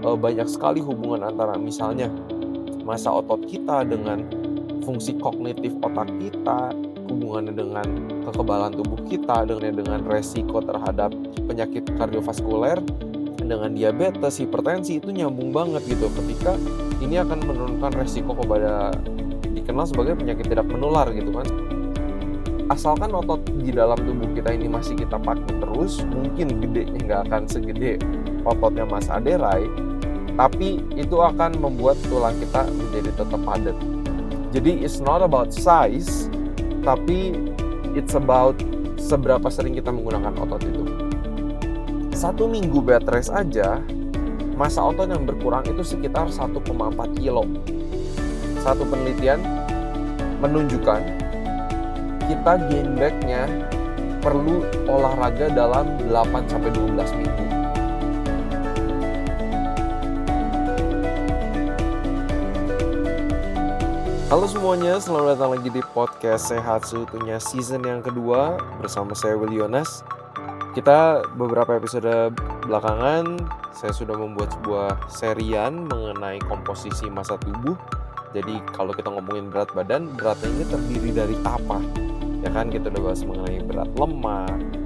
banyak sekali hubungan antara misalnya massa otot kita dengan fungsi kognitif otak kita, hubungannya dengan kekebalan tubuh kita, dengan resiko terhadap penyakit kardiovaskuler, dengan diabetes, hipertensi, itu nyambung banget gitu ketika ini akan menurunkan resiko kepada dikenal sebagai penyakit tidak menular gitu kan. Asalkan otot di dalam tubuh kita ini masih kita pakai terus, mungkin gedenya nggak akan segede ototnya Mas Aderai, tapi itu akan membuat tulang kita menjadi tetap padat. Jadi it's not about size, tapi it's about seberapa sering kita menggunakan otot itu. 1 minggu bed rest aja, massa otot yang berkurang itu sekitar 1,4 kilo. Satu penelitian menunjukkan kita gain back-nya perlu olahraga dalam 8-12 minggu. Halo semuanya, selamat datang lagi di podcast Sehat Seutuhnya season yang kedua bersama saya Will Yonas. Kita beberapa episode belakangan saya sudah membuat sebuah serian mengenai komposisi massa tubuh. Jadi kalau kita ngomongin berat badan, beratnya ini terdiri dari apa? Ya kan, kita udah bahas mengenai berat lemak,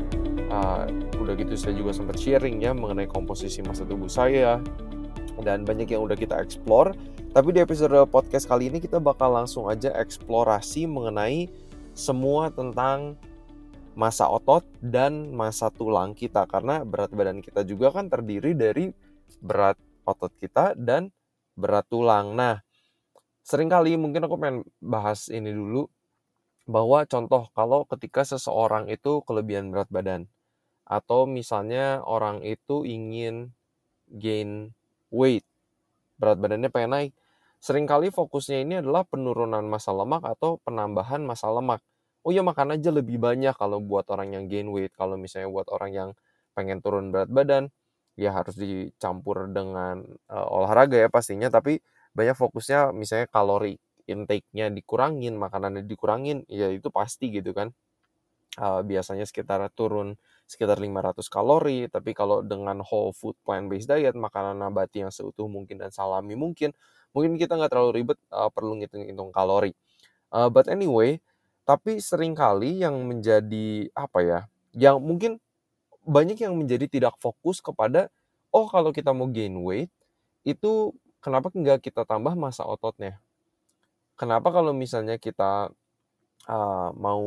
udah gitu saya juga sempat sharing ya mengenai komposisi massa tubuh saya, dan banyak yang udah kita explore. Tapi di episode podcast kali ini kita bakal langsung aja eksplorasi mengenai semua tentang massa otot dan massa tulang kita, karena berat badan kita juga kan terdiri dari berat otot kita dan berat tulang. Nah, seringkali mungkin aku pengen bahas ini dulu, bahwa contoh kalau ketika seseorang itu kelebihan berat badan, atau misalnya orang itu ingin gain weight, berat badannya pengen naik, seringkali fokusnya ini adalah penurunan massa lemak atau penambahan massa lemak. Oh ya, makan aja lebih banyak kalau buat orang yang gain weight. Kalau misalnya buat orang yang pengen turun berat badan, ya harus dicampur dengan olahraga ya pastinya. Tapi banyak fokusnya misalnya kalori intake-nya dikurangin, makanannya dikurangin, ya itu pasti gitu kan. Biasanya turun sekitar 500 kalori, tapi kalau dengan whole food plant-based diet, makanan nabati yang seutuh mungkin dan salami mungkin kita nggak terlalu ribet perlu ngitung-ngitung kalori. But anyway, tapi seringkali yang menjadi yang mungkin banyak yang menjadi tidak fokus kepada, oh kalau kita mau gain weight, itu kenapa nggak kita tambah massa ototnya? Kenapa kalau misalnya kita mau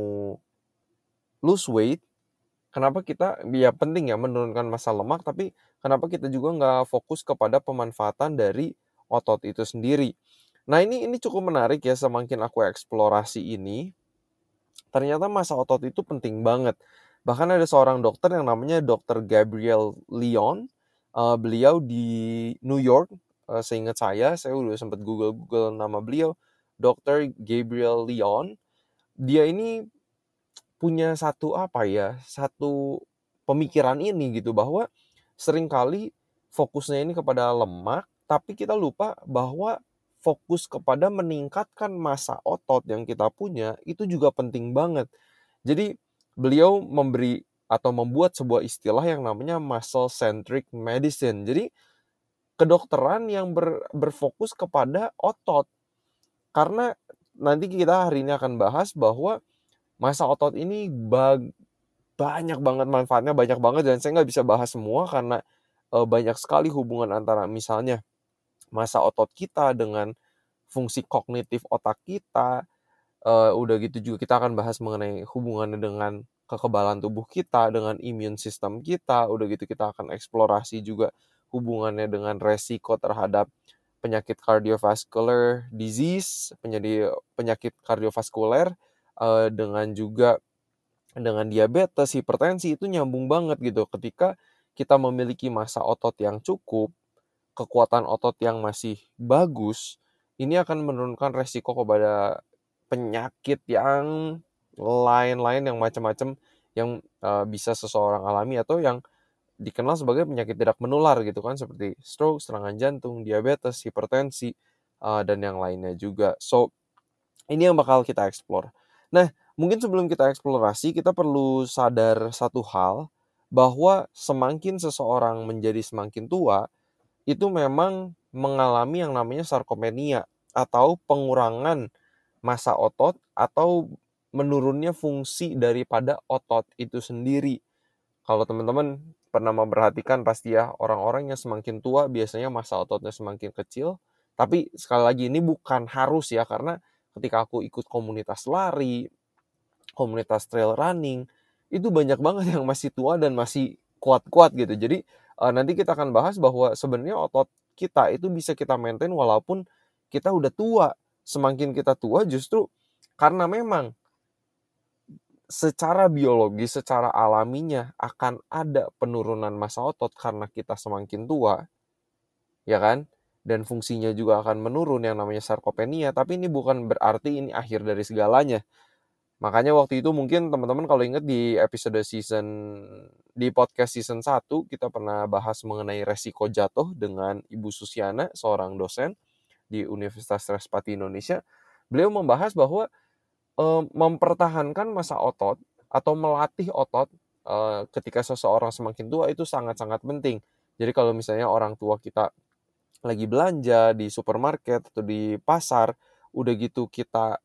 lose weight, kenapa kita, ya penting ya menurunkan massa lemak, tapi kenapa kita juga nggak fokus kepada pemanfaatan dari otot itu sendiri? Nah ini cukup menarik ya, semakin aku eksplorasi ini, ternyata massa otot itu penting banget. Bahkan ada seorang dokter yang namanya Dr. Gabriel Leon, beliau di New York, seingat saya udah sempat Google nama beliau, Dr. Gabriel Leon. Dia ini punya satu pemikiran ini gitu, bahwa seringkali fokusnya ini kepada lemak, tapi kita lupa bahwa fokus kepada meningkatkan massa otot yang kita punya itu juga penting banget. Jadi beliau memberi atau membuat sebuah istilah yang namanya muscle centric medicine. Jadi kedokteran yang berfokus kepada otot. Karena nanti kita hari ini akan bahas bahwa massa otot ini banyak banget manfaatnya, banyak banget, dan saya nggak bisa bahas semua karena banyak sekali hubungan antara misalnya massa otot kita dengan fungsi kognitif otak kita. Udah gitu juga kita akan bahas mengenai hubungannya dengan kekebalan tubuh kita, dengan immune system kita. Udah gitu kita akan eksplorasi juga hubungannya dengan resiko terhadap penyakit cardiovascular disease, penyakit kardiovaskuler, dengan juga dengan diabetes, hipertensi, itu nyambung banget gitu. Ketika kita memiliki massa otot yang cukup, kekuatan otot yang masih bagus, ini akan menurunkan resiko kepada penyakit yang lain-lain, yang macam-macam yang bisa seseorang alami atau yang dikenal sebagai penyakit tidak menular gitu kan, seperti stroke, serangan jantung, diabetes, hipertensi, dan yang lainnya juga. So, ini yang bakal kita explore. Nah, mungkin sebelum kita eksplorasi, kita perlu sadar satu hal, bahwa semakin seseorang menjadi semakin tua, itu memang mengalami yang namanya sarkopenia atau pengurangan massa otot atau menurunnya fungsi daripada otot itu sendiri. Kalau teman-teman pernah memperhatikan pasti ya, orang-orang yang semakin tua biasanya massa ototnya semakin kecil. Tapi sekali lagi ini bukan harus ya, karena ketika aku ikut komunitas lari, komunitas trail running, itu banyak banget yang masih tua dan masih kuat-kuat gitu. Jadi nanti kita akan bahas bahwa sebenarnya otot kita itu bisa kita maintain walaupun kita udah tua. Semakin kita tua justru karena memang secara biologis, secara alaminya akan ada penurunan massa otot karena kita semakin tua, ya kan? Dan fungsinya juga akan menurun yang namanya sarkopenia, tapi ini bukan berarti ini akhir dari segalanya. Makanya waktu itu mungkin teman-teman kalau ingat di podcast season 1 kita pernah bahas mengenai resiko jatuh dengan Ibu Susiana, seorang dosen di Universitas Trisakti Indonesia. Beliau membahas bahwa mempertahankan massa otot atau melatih otot ketika seseorang semakin tua itu sangat-sangat penting. Jadi kalau misalnya orang tua kita lagi belanja di supermarket atau di pasar, udah gitu kita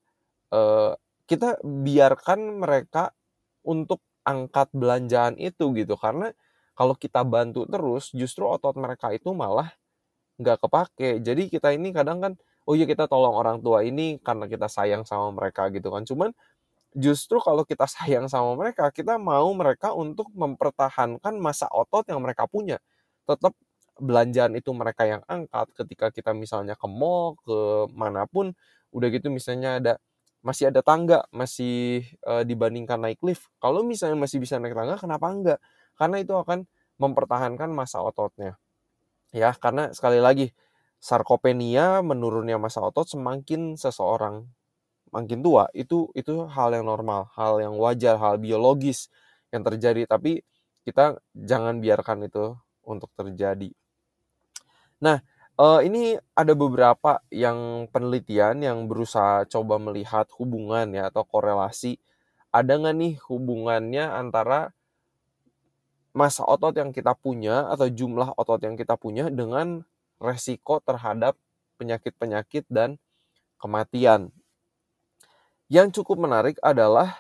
biarkan mereka untuk angkat belanjaan itu gitu. Karena kalau kita bantu terus, justru otot mereka itu malah nggak kepake. Jadi kita ini kadang kan, oh iya kita tolong orang tua ini karena kita sayang sama mereka gitu kan. Cuman justru kalau kita sayang sama mereka, kita mau mereka untuk mempertahankan massa otot yang mereka punya. Tetap belanjaan itu mereka yang angkat ketika kita misalnya ke mall, ke manapun, udah gitu misalnya masih ada tangga, masih dibandingkan naik lift. Kalau misalnya masih bisa naik tangga, kenapa enggak? Karena itu akan mempertahankan massa ototnya. Ya, karena sekali lagi, sarkopenia, menurunnya massa otot semakin seseorang makin tua, itu hal yang normal, hal yang wajar, hal biologis yang terjadi, tapi kita jangan biarkan itu untuk terjadi. Nah, ini ada beberapa yang penelitian yang berusaha coba melihat hubungan ya atau korelasi, ada nggak nih hubungannya antara massa otot yang kita punya atau jumlah otot yang kita punya dengan resiko terhadap penyakit-penyakit dan kematian. Yang cukup menarik adalah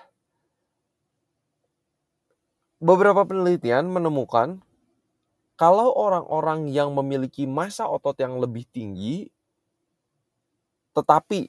beberapa penelitian menemukan kalau orang-orang yang memiliki massa otot yang lebih tinggi, tetapi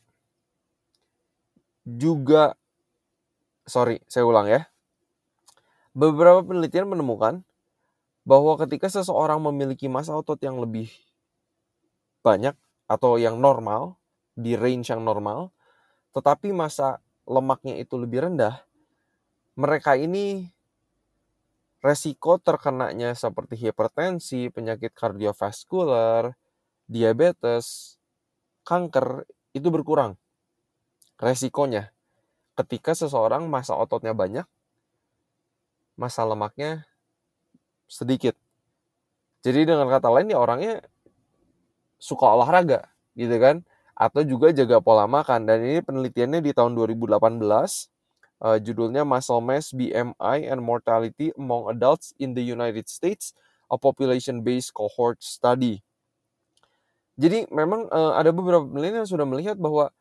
juga, saya ulang ya. Beberapa penelitian menemukan bahwa ketika seseorang memiliki massa otot yang lebih banyak atau yang normal, di range yang normal, tetapi massa lemaknya itu lebih rendah, mereka ini resiko terkenanya seperti hipertensi, penyakit kardiovaskular, diabetes, kanker itu berkurang resikonya ketika seseorang massa ototnya banyak, massa lemaknya sedikit. Jadi dengan kata lain ya orangnya suka olahraga gitu kan, atau juga jaga pola makan. Dan ini penelitiannya di tahun 2018, judulnya Muscle Mass, BMI, and Mortality Among Adults in the United States, a Population-Based Cohort Study. Jadi memang ada beberapa penelitian yang sudah melihat bahwa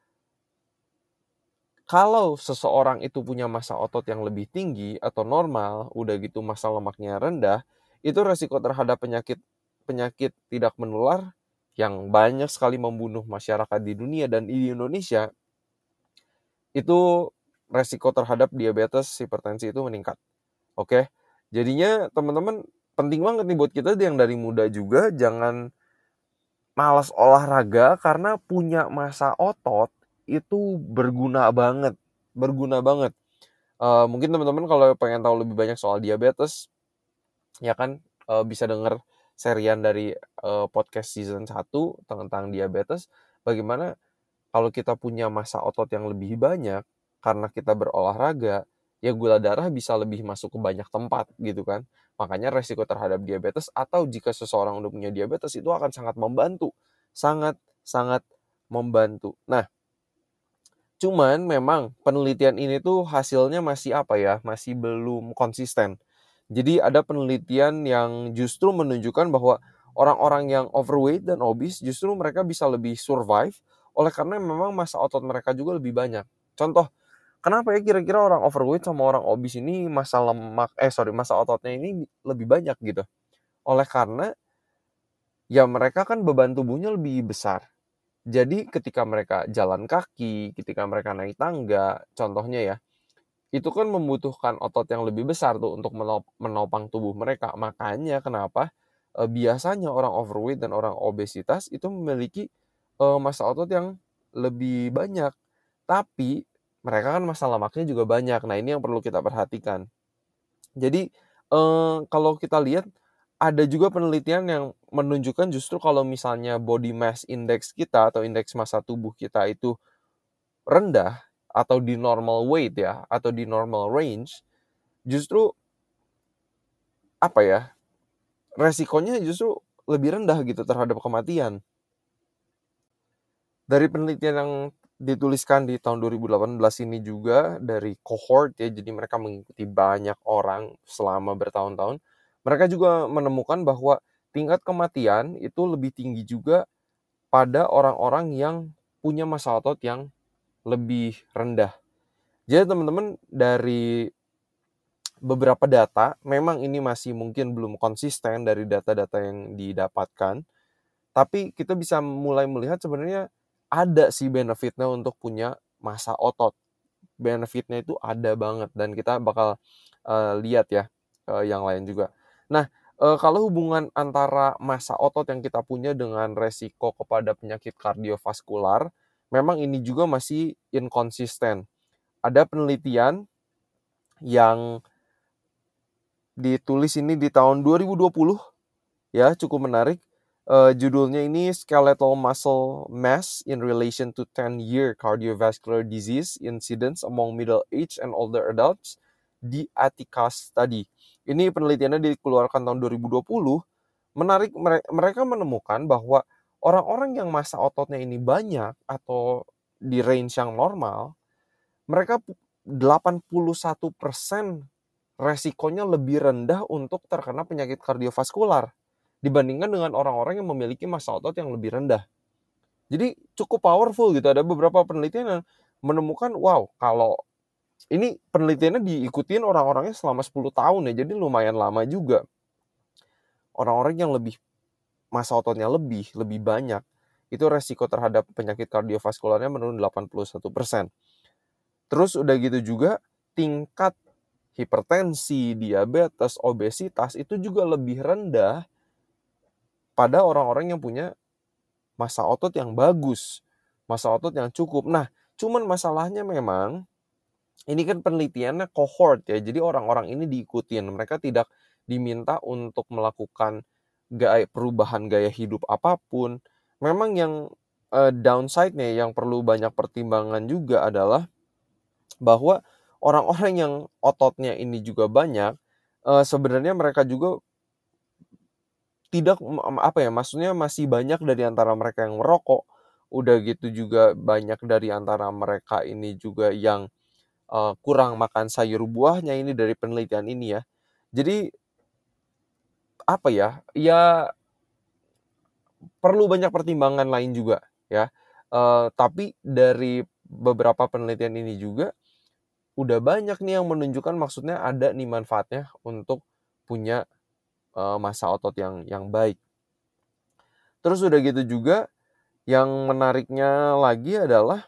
kalau seseorang itu punya massa otot yang lebih tinggi atau normal, udah gitu massa lemaknya rendah, itu resiko terhadap penyakit tidak menular yang banyak sekali membunuh masyarakat di dunia dan di Indonesia, itu resiko terhadap diabetes, hipertensi itu meningkat. Oke, jadinya teman-teman penting banget nih buat kita yang dari muda juga jangan malas olahraga karena punya massa otot itu berguna banget. Mungkin teman-teman kalau pengen tahu lebih banyak soal diabetes, ya kan bisa denger serian dari podcast season 1 tentang diabetes. Bagaimana kalau kita punya massa otot yang lebih banyak karena kita berolahraga, ya gula darah bisa lebih masuk ke banyak tempat gitu kan. Makanya resiko terhadap diabetes atau jika seseorang udah punya diabetes itu akan sangat membantu. Sangat membantu. Nah, cuman memang penelitian ini tuh hasilnya masih masih belum konsisten. Jadi ada penelitian yang justru menunjukkan bahwa orang-orang yang overweight dan obese justru mereka bisa lebih survive oleh karena memang massa otot mereka juga lebih banyak. Contoh, kenapa ya kira-kira orang overweight sama orang obese ini massa ototnya ini lebih banyak gitu? Oleh karena ya mereka kan beban tubuhnya lebih besar. Jadi ketika mereka jalan kaki, ketika mereka naik tangga, contohnya ya, itu kan membutuhkan otot yang lebih besar tuh untuk menopang tubuh mereka. Makanya kenapa biasanya orang overweight dan orang obesitas itu memiliki massa otot yang lebih banyak. Tapi mereka kan massa lemaknya juga banyak. Nah, ini yang perlu kita perhatikan. Jadi kalau kita lihat ada juga penelitian yang menunjukkan justru kalau misalnya body mass index kita atau indeks massa tubuh kita itu rendah atau di normal weight ya atau di normal range, justru apa ya, resikonya justru lebih rendah gitu terhadap kematian. Dari penelitian yang dituliskan di tahun 2018 ini juga dari cohort ya, jadi mereka mengikuti banyak orang selama bertahun-tahun. Mereka juga menemukan bahwa tingkat kematian itu lebih tinggi juga pada orang-orang yang punya massa otot yang lebih rendah. Jadi teman-teman, dari beberapa data, memang ini masih mungkin belum konsisten dari data-data yang didapatkan, tapi kita bisa mulai melihat sebenarnya ada sih benefitnya untuk punya massa otot. Benefitnya itu ada banget dan kita bakal lihat ya yang lain juga. Nah, kalau hubungan antara massa otot yang kita punya dengan resiko kepada penyakit kardiovaskular, memang ini juga masih inkonsisten. Ada penelitian yang ditulis ini di tahun 2020 ya, cukup menarik. Judulnya ini Skeletal Muscle Mass in Relation to 10-Year Cardiovascular Disease Incidence Among Middle-Aged and Older Adults di Atticus Study. Ini penelitiannya dikeluarkan tahun 2020. Menarik, mereka menemukan bahwa orang-orang yang massa ototnya ini banyak atau di range yang normal, mereka 81% resikonya lebih rendah untuk terkena penyakit kardiovaskular dibandingkan dengan orang-orang yang memiliki massa otot yang lebih rendah. Jadi cukup powerful gitu. Ada beberapa penelitian yang menemukan, wow, kalau ini penelitiannya diikutin orang-orangnya selama 10 tahun ya, jadi lumayan lama juga. Orang-orang yang lebih massa ototnya lebih banyak, itu resiko terhadap penyakit kardiovaskularnya menurun 81%. Terus udah gitu juga tingkat hipertensi, diabetes, obesitas itu juga lebih rendah pada orang-orang yang punya massa otot yang bagus, massa otot yang cukup. Nah, cuman masalahnya memang ini kan penelitiannya cohort ya, jadi orang-orang ini diikutin. Mereka tidak diminta untuk melakukan perubahan gaya hidup apapun. Memang yang downside-nya yang perlu banyak pertimbangan juga adalah bahwa orang-orang yang ototnya ini juga banyak, sebenarnya mereka juga tidak maksudnya masih banyak dari antara mereka yang merokok, udah gitu juga banyak dari antara mereka ini juga yang kurang makan sayur buahnya ini dari penelitian ini ya. Jadi ya perlu banyak pertimbangan lain juga ya. Tapi dari beberapa penelitian ini juga udah banyak nih yang menunjukkan maksudnya ada nih manfaatnya untuk punya massa otot yang baik. Terus udah gitu juga yang menariknya lagi adalah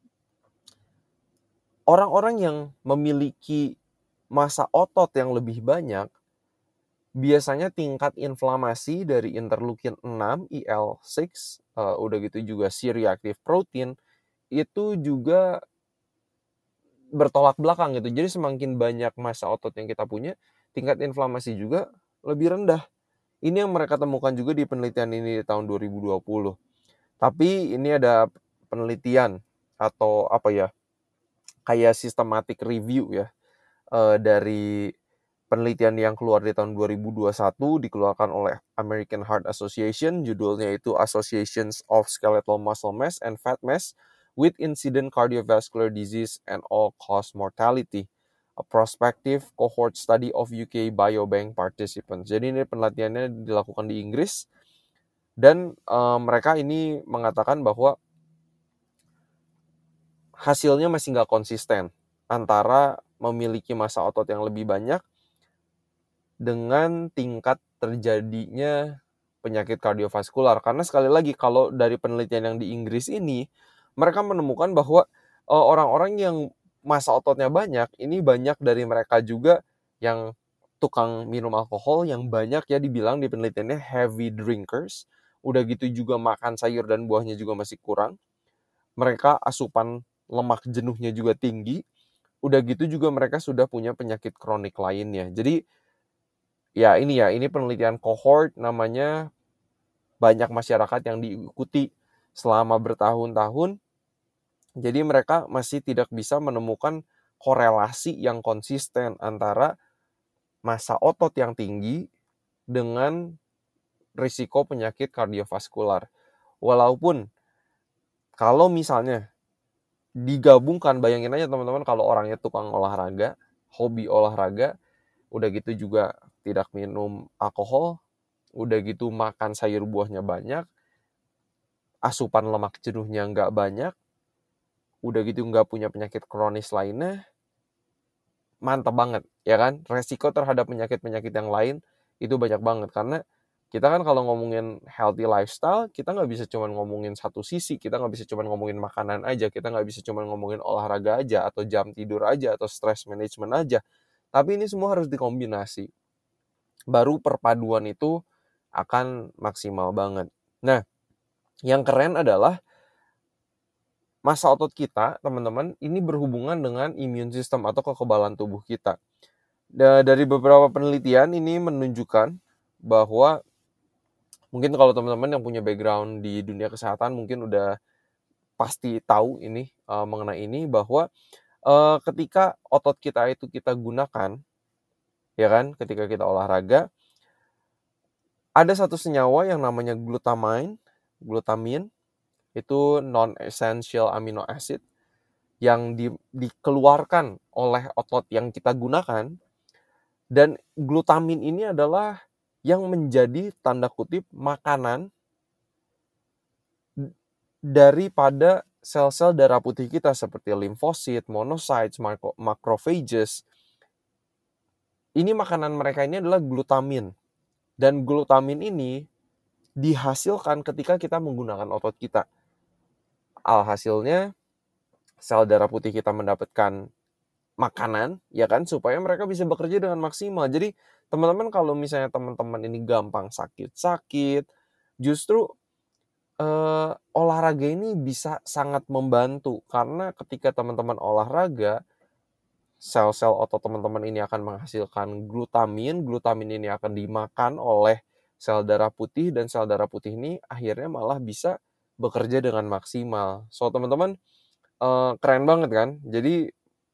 orang-orang yang memiliki massa otot yang lebih banyak, biasanya tingkat inflamasi dari interleukin 6, IL-6, udah gitu juga C-reactive protein, itu juga bertolak belakang gitu. Jadi semakin banyak massa otot yang kita punya, tingkat inflamasi juga lebih rendah. Ini yang mereka temukan juga di penelitian ini di tahun 2020. Tapi ini ada penelitian atau kayak systematic review ya dari penelitian yang keluar di tahun 2021 dikeluarkan oleh American Heart Association, judulnya itu Associations of Skeletal Muscle Mass and Fat Mass with Incident Cardiovascular Disease and All-Cause Mortality, a prospective cohort study of UK Biobank participants. Jadi ini penelitiannya dilakukan di Inggris Dan mereka ini mengatakan bahwa hasilnya masih nggak konsisten antara memiliki massa otot yang lebih banyak dengan tingkat terjadinya penyakit kardiovaskular. Karena sekali lagi kalau dari penelitian yang di Inggris ini, mereka menemukan bahwa orang-orang yang massa ototnya banyak, ini banyak dari mereka juga yang tukang minum alkohol, yang banyak ya dibilang di penelitiannya heavy drinkers. Udah gitu juga makan sayur dan buahnya juga masih kurang. Mereka asupan lemak jenuhnya juga tinggi. Udah gitu juga mereka sudah punya penyakit kronik lainnya. Jadi ini penelitian cohort namanya, banyak masyarakat yang diikuti selama bertahun-tahun. Jadi mereka masih tidak bisa menemukan korelasi yang konsisten antara massa otot yang tinggi dengan risiko penyakit kardiovaskular. Walaupun kalau misalnya digabungkan, bayangin aja teman-teman kalau orangnya tukang olahraga, hobi olahraga, udah gitu juga tidak minum alkohol, udah gitu makan sayur buahnya banyak, asupan lemak jenuhnya nggak banyak, udah gitu nggak punya penyakit kronis lainnya, mantap banget, ya kan? Resiko terhadap penyakit-penyakit yang lain itu banyak banget. Karena kita kan kalau ngomongin healthy lifestyle, kita nggak bisa cuma ngomongin satu sisi, kita nggak bisa cuma ngomongin makanan aja, kita nggak bisa cuma ngomongin olahraga aja, atau jam tidur aja, atau stress management aja. Tapi ini semua harus dikombinasi. Baru perpaduan itu akan maksimal banget. Nah, yang keren adalah massa otot kita, teman-teman, ini berhubungan dengan immune system atau kekebalan tubuh kita. Dari beberapa penelitian ini menunjukkan bahwa mungkin kalau teman-teman yang punya background di dunia kesehatan mungkin udah pasti tahu ini mengenai ini, bahwa ketika otot kita itu kita gunakan, ya kan, ketika kita olahraga, ada satu senyawa yang namanya glutamin, itu non-essential amino acid yang dikeluarkan oleh otot yang kita gunakan. Dan glutamin ini adalah yang menjadi tanda kutip makanan daripada sel-sel darah putih kita seperti limfosit, monocytes, macrophages. Ini makanan mereka ini adalah glutamin. Dan glutamin ini dihasilkan ketika kita menggunakan otot kita. Alhasilnya sel darah putih kita mendapatkan makanan, ya kan, supaya mereka bisa bekerja dengan maksimal. Jadi teman-teman kalau misalnya teman-teman ini gampang sakit-sakit, justru olahraga ini bisa sangat membantu. Karena ketika teman-teman olahraga, sel-sel otot teman-teman ini akan menghasilkan glutamin. Glutamin ini akan dimakan oleh sel darah putih, dan sel darah putih ini akhirnya malah bisa bekerja dengan maksimal. So teman-teman, keren banget kan? Jadi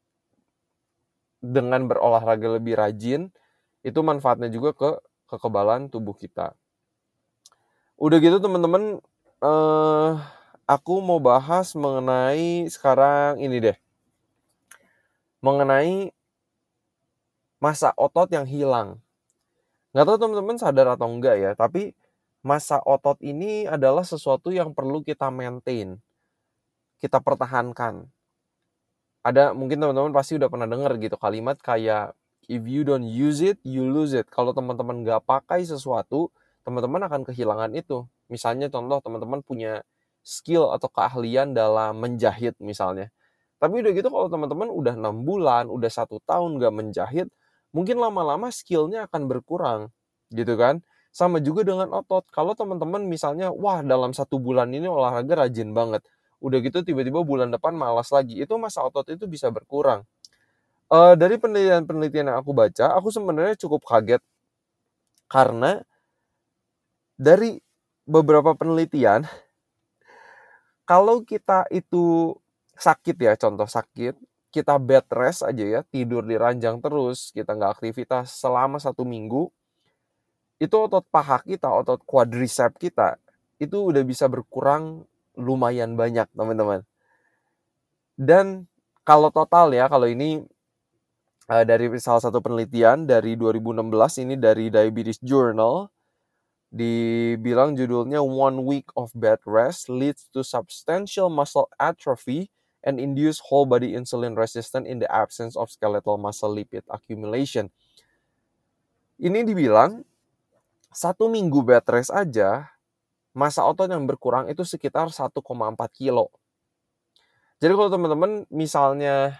dengan berolahraga lebih rajin, itu manfaatnya juga ke kekebalan tubuh kita. Udah gitu teman-teman, aku mau bahas mengenai sekarang ini deh. Mengenai massa otot yang hilang. Nggak tahu teman-teman sadar atau enggak ya, tapi massa otot ini adalah sesuatu yang perlu kita maintain, kita pertahankan. Ada mungkin teman-teman pasti udah pernah dengar gitu kalimat kayak if you don't use it, you lose it. Kalau teman-teman nggak pakai sesuatu, teman-teman akan kehilangan itu. Misalnya contoh teman-teman punya skill atau keahlian dalam menjahit misalnya. Tapi udah gitu kalau teman-teman udah 6 bulan, udah 1 tahun nggak menjahit, mungkin lama-lama skillnya akan berkurang gitu kan. Sama juga dengan otot. Kalau teman-teman misalnya, wah dalam 1 bulan ini olahraga rajin banget. Udah gitu tiba-tiba bulan depan malas lagi. Itu massa otot itu bisa berkurang. Dari penelitian yang aku baca, aku sebenarnya cukup kaget. Karena dari beberapa penelitian, kalau kita itu sakit ya, contoh sakit, kita bed rest aja ya, tidur di ranjang terus, kita nggak aktivitas selama 1 minggu, itu otot paha kita, otot quadricep kita, itu udah bisa berkurang lumayan banyak teman-teman. Dan kalau total ya, kalau ini dari salah satu penelitian dari 2016, ini dari Diabetes Journal, Dibilang judulnya One Week of Bed Rest Leads to Substantial Muscle Atrophy and Induce Whole Body Insulin Resistance in the Absence of Skeletal Muscle Lipid Accumulation. Ini dibilang 1 minggu bed rest aja massa otot yang berkurang itu sekitar 1,4 kilo. Jadi kalau teman-teman misalnya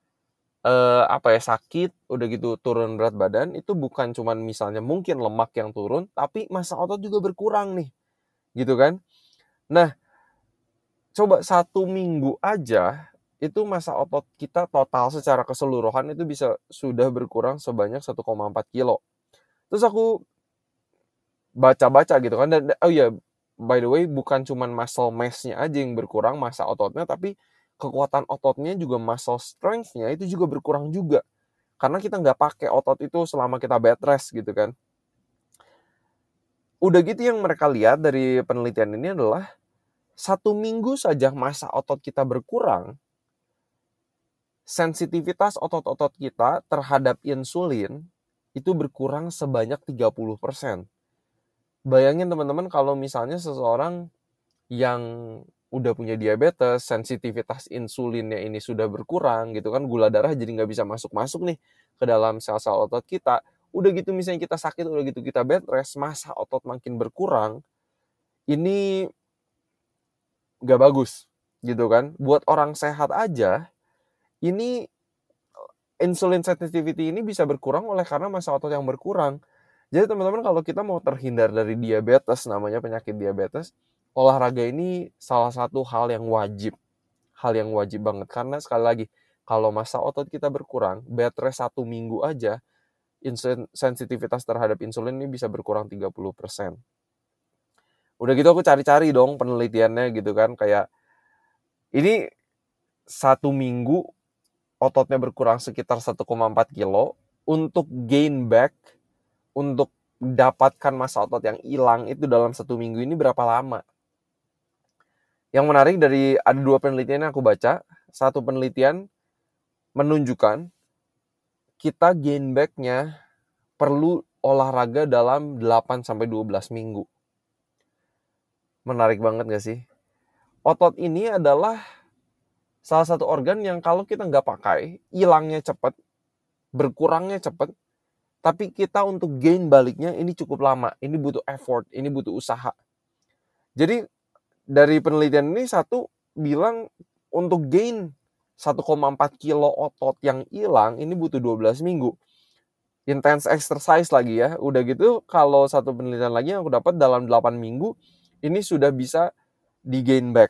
sakit, udah gitu turun berat badan, itu bukan cuman misalnya mungkin lemak yang turun, tapi massa otot juga berkurang nih, gitu kan? Nah, coba 1 minggu aja, itu massa otot kita total secara keseluruhan itu bisa sudah berkurang sebanyak 1,4 kilo. Terus aku baca-baca gitu kan, dan oh iya, by the way, bukan cuman muscle mass-nya aja yang berkurang, massa ototnya, tapi kekuatan ototnya juga muscle strength-nya itu juga berkurang juga. Karena kita nggak pakai otot itu selama kita bed rest gitu kan. Udah gitu yang mereka lihat dari penelitian ini adalah 1 minggu saja massa otot kita berkurang, sensitivitas otot-otot kita terhadap insulin itu berkurang sebanyak 30%. Bayangin teman-teman kalau misalnya seseorang yang udah punya diabetes, sensitivitas insulinnya ini sudah berkurang gitu kan, gula darah jadi nggak bisa masuk-masuk nih ke dalam sel-sel otot kita. Udah gitu misalnya kita sakit, udah gitu kita bed rest, massa otot makin berkurang, ini nggak bagus gitu kan. Buat orang sehat aja, ini insulin sensitivity ini bisa berkurang oleh karena massa otot yang berkurang. Jadi teman-teman kalau kita mau terhindar dari diabetes, namanya penyakit diabetes, olahraga ini salah satu hal yang wajib banget. Karena sekali lagi, kalau massa otot kita berkurang, bed rest 1 minggu aja, sensitivitas terhadap insulin ini bisa berkurang 30%. Udah gitu aku cari-cari dong penelitiannya gitu kan, kayak ini 1 minggu ototnya berkurang sekitar 1,4 kilo, untuk gain back, untuk dapatkan massa otot yang hilang itu dalam 1 minggu ini berapa lama. Yang menarik dari ada 2 penelitian yang aku baca. Satu penelitian menunjukkan kita gain back-nya perlu olahraga dalam 8-12 minggu. Menarik banget gak sih? Otot ini adalah salah satu organ yang kalau kita nggak pakai, hilangnya cepat, berkurangnya cepat, tapi kita untuk gain baliknya ini cukup lama. Ini butuh effort, ini butuh usaha. Jadi dari penelitian ini satu bilang untuk gain 1,4 kilo otot yang hilang ini butuh 12 minggu. Intense exercise lagi ya. Udah gitu kalau satu penelitian lagi yang aku dapat dalam 8 minggu ini sudah bisa di gain back.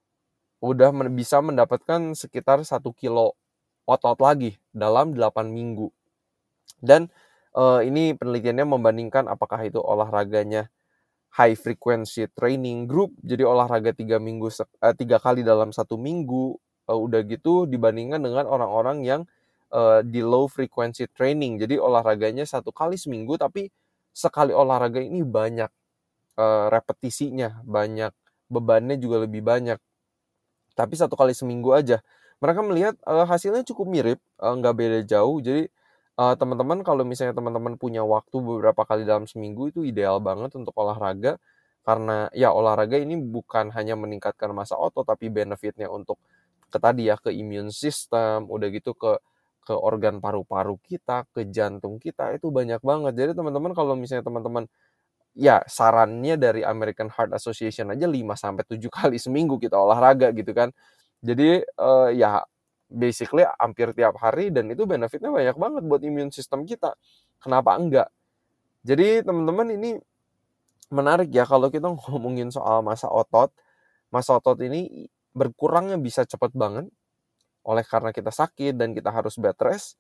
Udah bisa mendapatkan sekitar 1 kilo otot lagi dalam 8 minggu. Dan ini penelitiannya membandingkan apakah itu olahraganya high frequency training group, jadi olahraga 3 kali dalam 1 minggu, udah gitu dibandingkan dengan orang-orang yang di low frequency training, jadi olahraganya 1 kali seminggu tapi sekali olahraga ini banyak repetisinya, banyak bebannya juga lebih banyak, tapi 1 kali seminggu aja. Mereka melihat hasilnya cukup mirip, nggak beda jauh. Jadi teman-teman kalau misalnya teman-teman punya waktu beberapa kali dalam seminggu itu ideal banget untuk olahraga. Karena ya olahraga ini bukan hanya meningkatkan massa otot, tapi benefitnya untuk tadi ya ke immune system, udah gitu ke organ paru-paru kita, ke jantung kita, itu banyak banget. Jadi teman-teman kalau misalnya teman-teman ya sarannya dari American Heart Association aja 5-7 kali seminggu kita olahraga gitu kan. Jadi ya basically hampir tiap hari, dan itu benefitnya banyak banget buat immune system kita. Kenapa enggak? Jadi teman-teman ini menarik ya kalau kita ngomongin soal massa otot. Massa otot ini berkurangnya bisa cepat banget oleh karena kita sakit dan kita harus bed rest.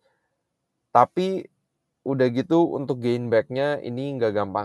Tapi udah gitu untuk gain back-nya ini nggak gampang.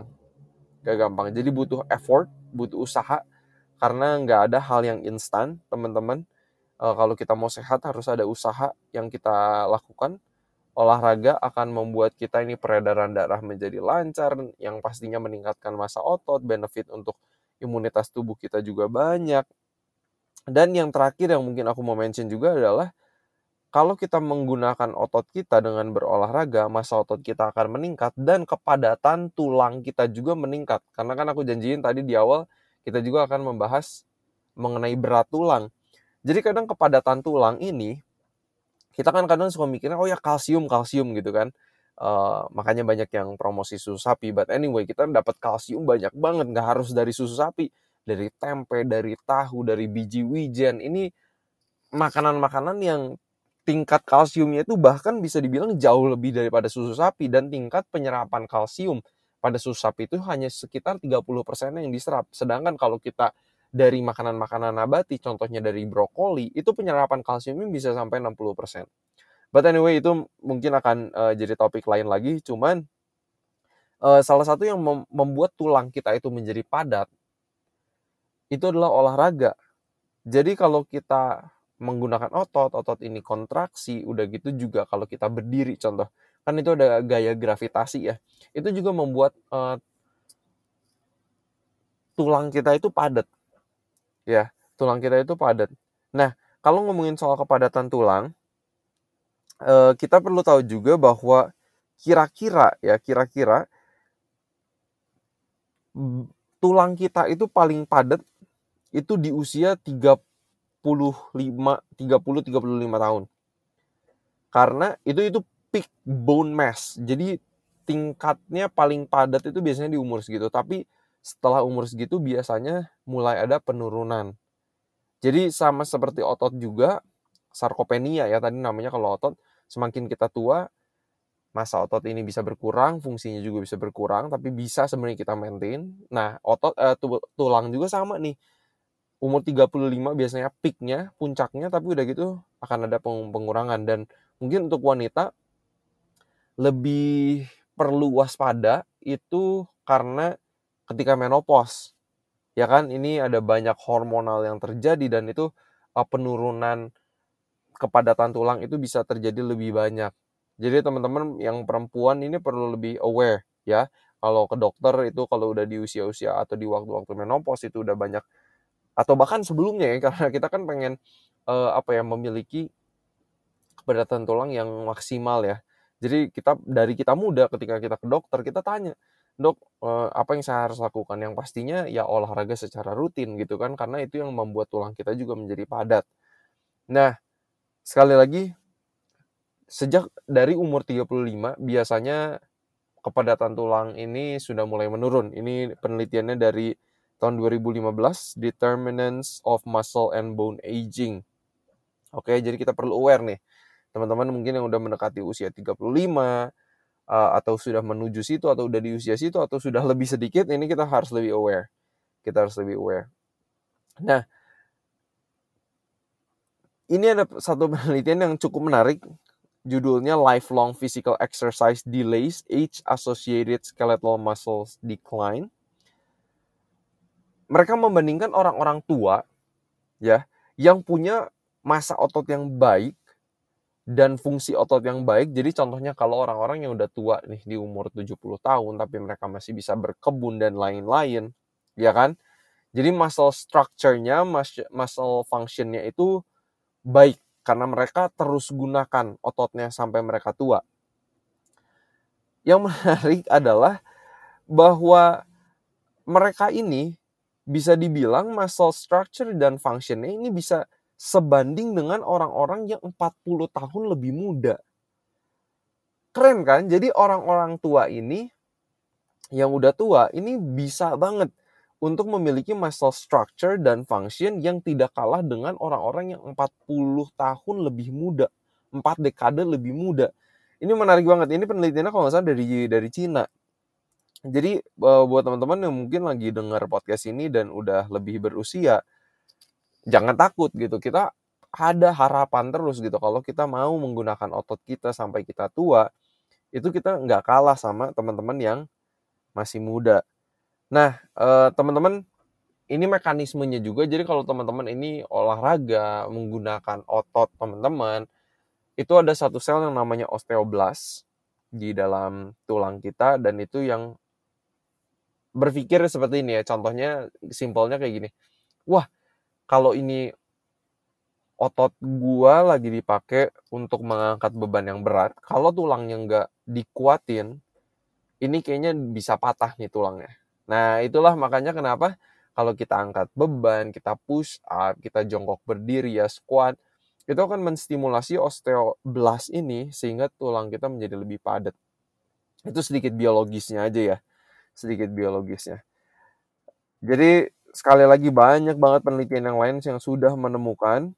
Jadi butuh effort, butuh usaha, karena nggak ada hal yang instan, teman-teman. Kalau kita mau sehat harus ada usaha yang kita lakukan. Olahraga akan membuat kita ini peredaran darah menjadi lancar, yang pastinya meningkatkan massa otot, benefit untuk imunitas tubuh kita juga banyak. Dan yang terakhir yang mungkin aku mau mention juga adalah kalau kita menggunakan otot kita dengan berolahraga, massa otot kita akan meningkat dan kepadatan tulang kita juga meningkat. Karena kan aku janjiin tadi di awal, kita juga akan membahas mengenai berat tulang. Jadi kadang kepadatan tulang ini, kita kan kadang suka mikirnya, oh ya kalsium gitu kan. Makanya banyak yang promosi susu sapi. But anyway, kita dapat kalsium banyak banget, nggak harus dari susu sapi. Dari tempe, dari tahu, dari biji wijen. Ini makanan-makanan yang tingkat kalsiumnya itu bahkan bisa dibilang jauh lebih daripada susu sapi, dan tingkat penyerapan kalsium pada susu sapi itu hanya sekitar 30% yang diserap. Sedangkan kalau kita dari makanan-makanan nabati, contohnya dari brokoli, itu penyerapan kalsiumnya bisa sampai 60%. But anyway, itu mungkin akan jadi topik lain lagi. Cuman salah satu yang membuat tulang kita itu menjadi padat, itu adalah olahraga. Jadi kalau kita menggunakan otot ini kontraksi, udah gitu juga kalau kita berdiri contoh, kan itu ada gaya gravitasi ya. Itu juga membuat tulang kita itu padat ya. Tulang kita itu padat. Nah, kalau ngomongin soal kepadatan tulang, kita perlu tahu juga bahwa kira-kira tulang kita itu paling padat itu di usia 35 tahun. Karena itu peak bone mass. Jadi tingkatnya paling padat itu biasanya di umur segitu. Tapi setelah umur segitu biasanya mulai ada penurunan. Jadi sama seperti otot juga, sarkopenia ya tadi namanya kalau otot, semakin kita tua, massa otot ini bisa berkurang, fungsinya juga bisa berkurang, tapi bisa sebenarnya kita maintain. Nah, tulang juga sama nih. Umur 35 biasanya peaknya, puncaknya, tapi udah gitu akan ada pengurangan. Dan mungkin untuk wanita lebih perlu waspada itu karena ketika menopause, ya kan, ini ada banyak hormonal yang terjadi dan itu penurunan kepadatan tulang itu bisa terjadi lebih banyak. Jadi teman-teman yang perempuan ini perlu lebih aware ya. Kalau ke dokter itu kalau udah di usia-usia atau di waktu-waktu menopause itu udah banyak, atau bahkan sebelumnya ya, karena kita kan pengen memiliki kepadatan tulang yang maksimal ya. Jadi dari kita muda ketika kita ke dokter, kita tanya, "Dok, apa yang saya harus lakukan?" Yang pastinya ya olahraga secara rutin gitu kan, karena itu yang membuat tulang kita juga menjadi padat. Nah, sekali lagi, sejak dari umur 35 biasanya kepadatan tulang ini sudah mulai menurun. Ini penelitiannya dari tahun 2015, Determinants of Muscle and Bone Aging. Oke, jadi kita perlu aware nih. Teman-teman mungkin yang udah mendekati usia 35, atau sudah menuju situ, atau udah di usia situ, atau sudah lebih sedikit, ini kita harus lebih aware. Kita harus lebih aware. Nah, ini ada satu penelitian yang cukup menarik. Judulnya Lifelong Physical Exercise Delays Age-Associated Skeletal Muscle Decline. Mereka membandingkan orang-orang tua ya yang punya massa otot yang baik dan fungsi otot yang baik. Jadi contohnya kalau orang-orang yang udah tua nih di umur 70 tahun tapi mereka masih bisa berkebun dan lain-lain, ya kan? Jadi muscle structure-nya, muscle function-nya itu baik karena mereka terus gunakan ototnya sampai mereka tua. Yang menarik adalah bahwa mereka ini bisa dibilang muscle structure dan function-nya ini bisa sebanding dengan orang-orang yang 40 tahun lebih muda. Keren kan? Jadi orang-orang tua ini, yang udah tua, ini bisa banget untuk memiliki muscle structure dan function yang tidak kalah dengan orang-orang yang 40 tahun lebih muda. 4 dekade lebih muda. Ini menarik banget. Ini penelitiannya kalau nggak salah dari Cina. Jadi buat teman-teman yang mungkin lagi dengar podcast ini dan udah lebih berusia, jangan takut gitu. Kita ada harapan terus gitu. Kalau kita mau menggunakan otot kita sampai kita tua, itu kita nggak kalah sama teman-teman yang masih muda. Nah, teman-teman, ini mekanismenya juga. Jadi kalau teman-teman ini olahraga menggunakan otot teman-teman, itu ada satu sel yang namanya osteoblast di dalam tulang kita, dan itu yang berpikir seperti ini ya. Contohnya simpelnya kayak gini. Wah, kalau ini otot gua lagi dipakai untuk mengangkat beban yang berat, kalau tulangnya nggak dikuatin, ini kayaknya bisa patah nih tulangnya. Nah, itulah makanya kenapa kalau kita angkat beban, kita push up, kita jongkok berdiri ya, squat, itu akan menstimulasi osteoblast ini sehingga tulang kita menjadi lebih padat. Itu sedikit biologisnya aja ya, sedikit biologisnya. Jadi sekali lagi banyak banget penelitian yang lain yang sudah menemukan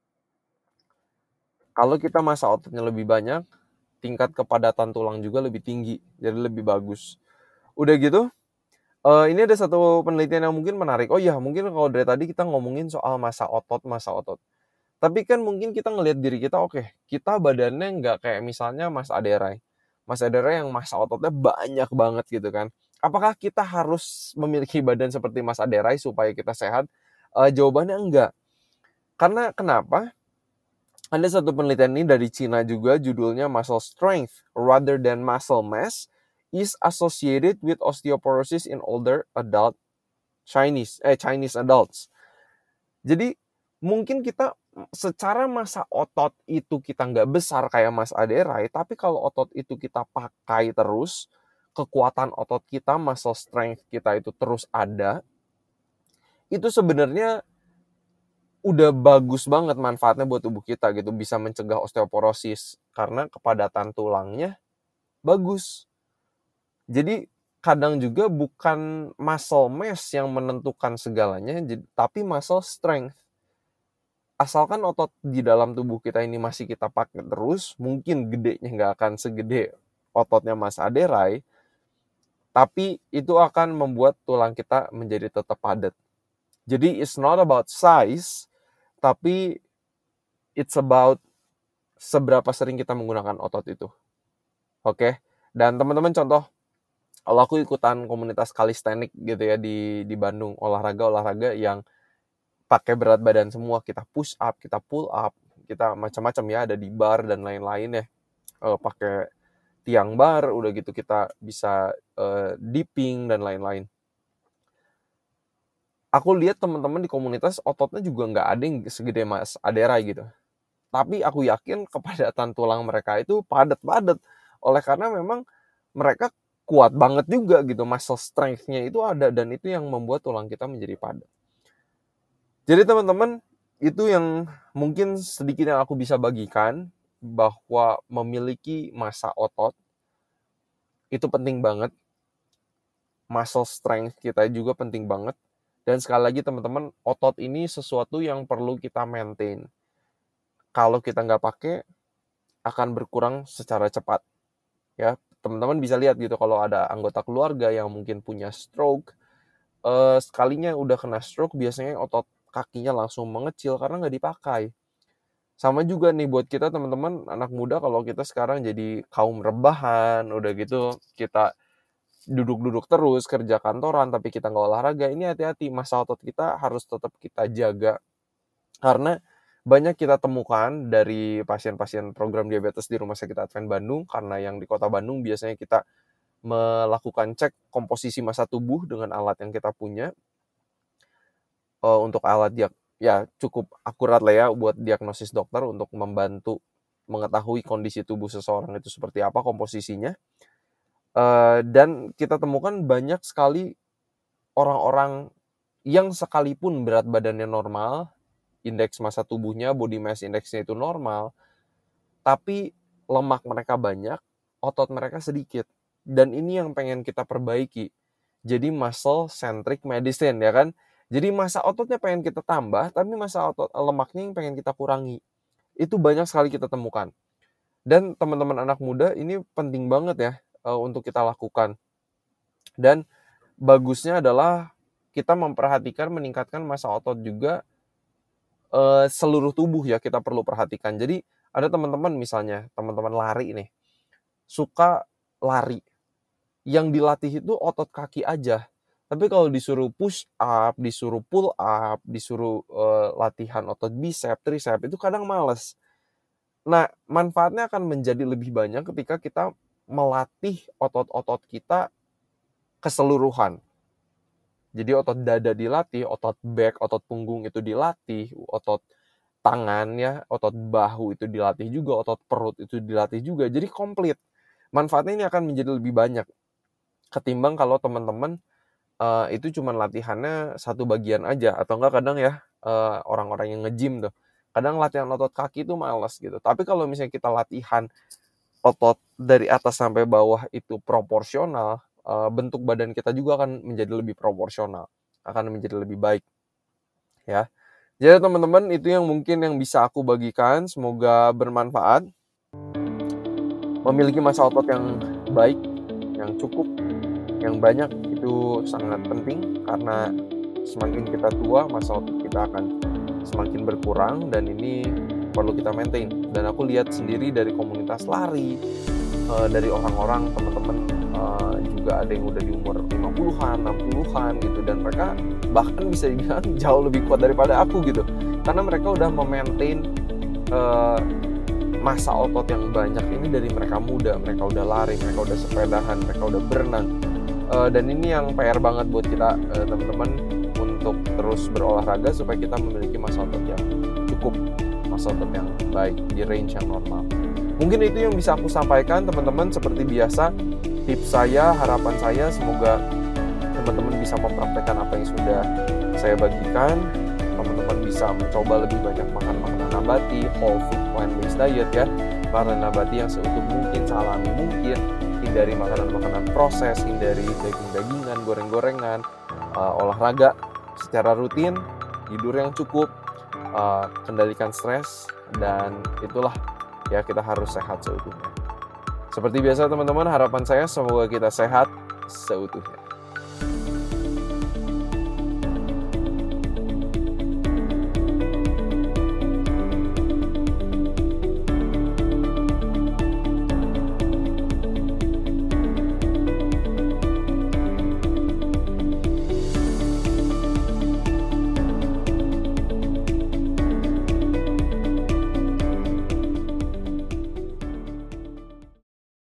kalau kita massa ototnya lebih banyak, tingkat kepadatan tulang juga lebih tinggi, jadi lebih bagus. Udah gitu, ini ada satu penelitian yang mungkin menarik. Oh iya, mungkin kalau dari tadi kita ngomongin soal massa otot, massa otot. Tapi kan mungkin kita ngelihat diri kita, oke, kita badannya nggak kayak misalnya Mas Aderai. Mas Aderai yang massa ototnya banyak banget gitu kan. Apakah kita harus memiliki badan seperti Mas Aderai supaya kita sehat? Jawabannya enggak. Karena kenapa? Ada satu penelitian ini dari Cina juga, judulnya Muscle Strength Rather Than Muscle Mass is Associated with Osteoporosis in Older Adult Chinese adults. Jadi mungkin kita secara massa otot itu kita nggak besar kayak Mas Aderai, tapi kalau otot itu kita pakai terus, kekuatan otot kita, muscle strength kita itu terus ada, itu sebenarnya udah bagus banget manfaatnya buat tubuh kita gitu, bisa mencegah osteoporosis karena kepadatan tulangnya bagus. Jadi kadang juga bukan muscle mass yang menentukan segalanya, tapi muscle strength. Asalkan otot di dalam tubuh kita ini masih kita pakai terus, mungkin gedenya nggak akan segede ototnya Mas Aderai, tapi itu akan membuat tulang kita menjadi tetap padat. Jadi it's not about size, tapi it's about seberapa sering kita menggunakan otot itu. Oke? Dan teman-teman contoh, kalau aku ikutan komunitas calisthenics gitu ya di Bandung, olahraga yang pakai berat badan semua, kita push up, kita pull up, kita macam-macam ya, ada di bar dan lain-lain ya, pakai tiang bar, udah gitu kita bisa dipping dan lain-lain. Aku lihat teman-teman di komunitas ototnya juga nggak ada yang segede Mas Aderai gitu. Tapi aku yakin kepadatan tulang mereka itu padat-padat. Oleh karena memang mereka kuat banget juga gitu. Muscle strength-nya itu ada dan itu yang membuat tulang kita menjadi padat. Jadi teman-teman, itu yang mungkin sedikit yang aku bisa bagikan, bahwa memiliki massa otot itu penting banget. Muscle strength kita juga penting banget. Dan sekali lagi teman-teman, otot ini sesuatu yang perlu kita maintain. Kalau kita nggak pakai, akan berkurang secara cepat. Ya, teman-teman bisa lihat gitu kalau ada anggota keluarga yang mungkin punya stroke, sekalinya udah kena stroke biasanya otot kakinya langsung mengecil karena nggak dipakai. Sama juga nih buat kita teman-teman anak muda, kalau kita sekarang jadi kaum rebahan, udah gitu kita duduk-duduk terus, kerja kantoran, tapi kita nggak olahraga, ini hati-hati, massa otot kita harus tetap kita jaga. Karena banyak kita temukan dari pasien-pasien program diabetes di Rumah Sakit Advent Bandung, karena yang di kota Bandung biasanya kita melakukan cek komposisi massa tubuh dengan alat yang kita punya. Untuk alat ya cukup akurat lah ya buat diagnosis dokter untuk membantu mengetahui kondisi tubuh seseorang itu seperti apa komposisinya. Dan kita temukan banyak sekali orang-orang yang sekalipun berat badannya normal, indeks massa tubuhnya, body mass index-nya itu normal, tapi lemak mereka banyak, otot mereka sedikit. Dan ini yang pengen kita perbaiki. Jadi muscle centric medicine ya kan. Jadi massa ototnya pengen kita tambah, tapi massa otot lemaknya yang pengen kita kurangi. Itu banyak sekali kita temukan. Dan teman-teman anak muda ini penting banget ya untuk kita lakukan. Dan bagusnya adalah kita memperhatikan meningkatkan massa otot juga seluruh tubuh ya kita perlu perhatikan. Jadi ada teman-teman misalnya, teman-teman lari nih, suka lari. Yang dilatih itu otot kaki aja. Tapi kalau disuruh push up, disuruh pull up, disuruh latihan otot bicep, tricep, itu kadang males. Nah, manfaatnya akan menjadi lebih banyak ketika kita melatih otot-otot kita keseluruhan. Jadi otot dada dilatih, otot back, otot punggung itu dilatih, otot tangan ya, otot bahu itu dilatih juga, otot perut itu dilatih juga. Jadi komplit. Manfaatnya ini akan menjadi lebih banyak ketimbang kalau teman-teman itu cuma latihannya satu bagian aja, atau enggak kadang ya orang-orang yang nge-gym tuh kadang latihan otot kaki itu males gitu. Tapi kalau misalnya kita latihan otot dari atas sampai bawah itu proporsional, bentuk badan kita juga akan menjadi lebih proporsional, akan menjadi lebih baik ya. Jadi teman-teman, itu yang mungkin yang bisa aku bagikan, semoga bermanfaat. Memiliki massa otot yang baik, yang cukup, yang banyak itu sangat penting, karena semakin kita tua massa otot kita akan semakin berkurang, dan ini perlu kita maintain. Dan aku lihat sendiri dari komunitas lari, dari orang-orang teman-teman juga ada yang udah di umur 50-an, 60-an gitu, dan mereka bahkan bisa dibilang jauh lebih kuat daripada aku gitu, karena mereka udah memaintain massa otot yang banyak ini dari mereka muda. Mereka udah lari, mereka udah sepedahan, mereka udah berenang, dan ini yang PR banget buat kita teman-teman untuk terus berolahraga supaya kita memiliki massa otot yang cukup, massa otot yang baik di range yang normal. Mungkin itu yang bisa aku sampaikan teman-teman. Seperti biasa, tips saya, harapan saya, semoga teman-teman bisa mempraktekkan apa yang sudah saya bagikan. Teman-teman bisa mencoba lebih banyak makan makanan nabati, whole food plant-based diet ya, makanan nabati yang seutuh mungkin, sealami mungkin. Hindari makanan-makanan proses, hindari daging-dagingan, goreng-gorengan, olahraga secara rutin, tidur yang cukup, kendalikan stres, dan itulah ya, kita harus sehat seutuhnya. Seperti biasa teman-teman, harapan saya semoga kita sehat seutuhnya.